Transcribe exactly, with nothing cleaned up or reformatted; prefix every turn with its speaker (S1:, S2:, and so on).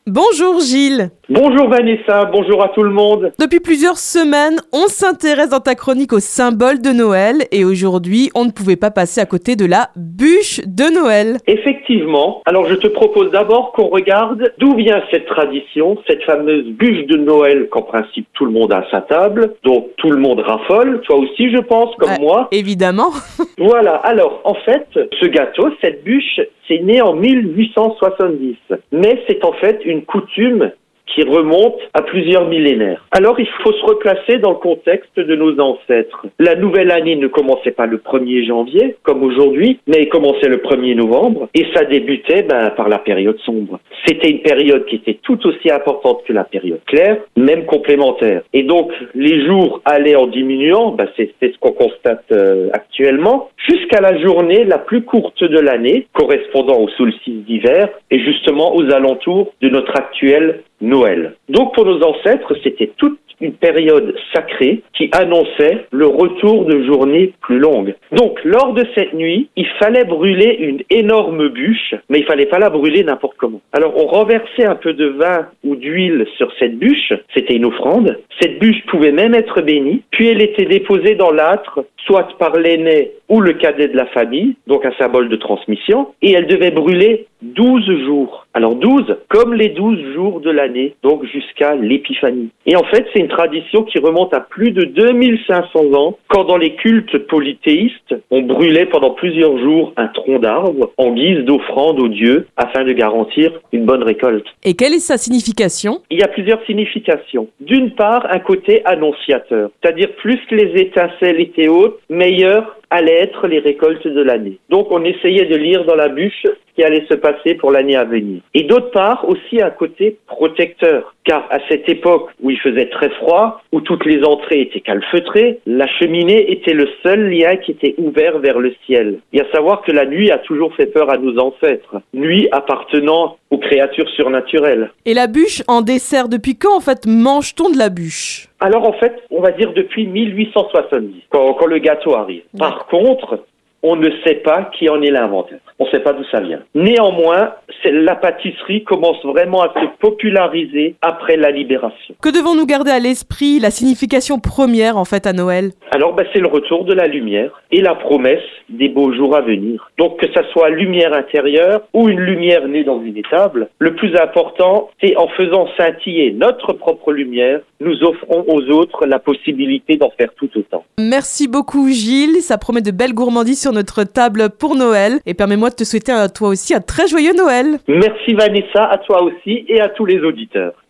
S1: Bonjour Gilles.
S2: Bonjour Vanessa, bonjour à tout le monde.
S1: Depuis plusieurs semaines, on s'intéresse dans ta chronique aux symboles de Noël et aujourd'hui, on ne pouvait pas passer à côté de la bûche de Noël.
S2: Effectivement, alors je te propose d'abord qu'on regarde d'où vient cette tradition, cette fameuse bûche de Noël qu'en principe tout le monde a à sa table, donc tout le monde raffole, toi aussi je pense, comme
S1: Ah,
S2: moi.
S1: Évidemment.
S2: Voilà, alors en fait, ce gâteau, cette bûche, c'est né en mille huit cent soixante-dix, mais c'est en fait une coutume qui remonte à plusieurs millénaires. Alors il faut se replacer dans le contexte de nos ancêtres. La nouvelle année ne commençait pas le premier janvier, comme aujourd'hui, mais commençait le premier novembre, et ça débutait ben, par la période sombre. C'était une période qui était tout aussi importante que la période claire, même complémentaire. Et donc les jours allaient en diminuant, ben, c'est, c'est ce qu'on constate euh, actuellement, jusqu'à la journée la plus courte de l'année, correspondant au solstice d'hiver, et justement aux alentours de notre actuel Noël. Donc pour nos ancêtres, c'était toute une période sacrée qui annonçait le retour de journées plus longues. Donc lors de cette nuit, il fallait brûler une énorme bûche, mais il fallait pas la brûler n'importe comment. Alors on renversait un peu de vin ou d'huile sur cette bûche, c'était une offrande. Cette bûche pouvait même être bénie, puis elle était déposée dans l'âtre, soit par l'aîné ou le cadet de la famille, donc un symbole de transmission, et elle devait brûler douze jours. Alors douze, comme les douze jours de l'année, donc jusqu'à l'épiphanie. Et en fait, c'est une tradition qui remonte à plus de deux mille cinq cents ans, quand dans les cultes polythéistes, on brûlait pendant plusieurs jours un tronc d'arbre en guise d'offrande aux dieux, afin de garantir une bonne récolte.
S1: Et quelle est sa signification ?
S2: Il y a plusieurs significations. D'une part, un côté annonciateur, c'est-à-dire plus les étincelles étaient hautes, meilleures allaient être les récoltes de l'année. Donc on essayait de lire dans la bûche ce qui allait se passer pour l'année à venir. Et d'autre part, aussi un côté protecteur, car à cette époque où il faisait très froid, où toutes les entrées étaient calfeutrées, la cheminée était le seul lien qui était ouvert vers le ciel. Il y a à savoir que la nuit a toujours fait peur à nos ancêtres, nuit appartenant aux créatures surnaturelles.
S1: Et la bûche en dessert, depuis quand en fait mange-t-on de la bûche ?
S2: Alors en fait, on va dire depuis mille huit cent soixante-dix, quand, quand le gâteau arrive. Par contre, on ne sait pas qui en est l'inventeur. On ne sait pas d'où ça vient. Néanmoins, c'est, la pâtisserie commence vraiment à se populariser après la libération.
S1: Que devons-nous garder à l'esprit, la signification première en fait à Noël ?
S2: Alors ben, c'est le retour de la lumière et la promesse des beaux jours à venir. Donc que ça soit lumière intérieure ou une lumière née dans une étable, le plus important, c'est en faisant scintiller notre propre lumière, nous offrons aux autres la possibilité d'en faire tout autant.
S1: Merci beaucoup Gilles, ça promet de belles gourmandises sur notre table pour Noël et permets-moi de te souhaiter à toi aussi un très joyeux Noël.
S2: Merci Vanessa, à toi aussi et à tous les auditeurs.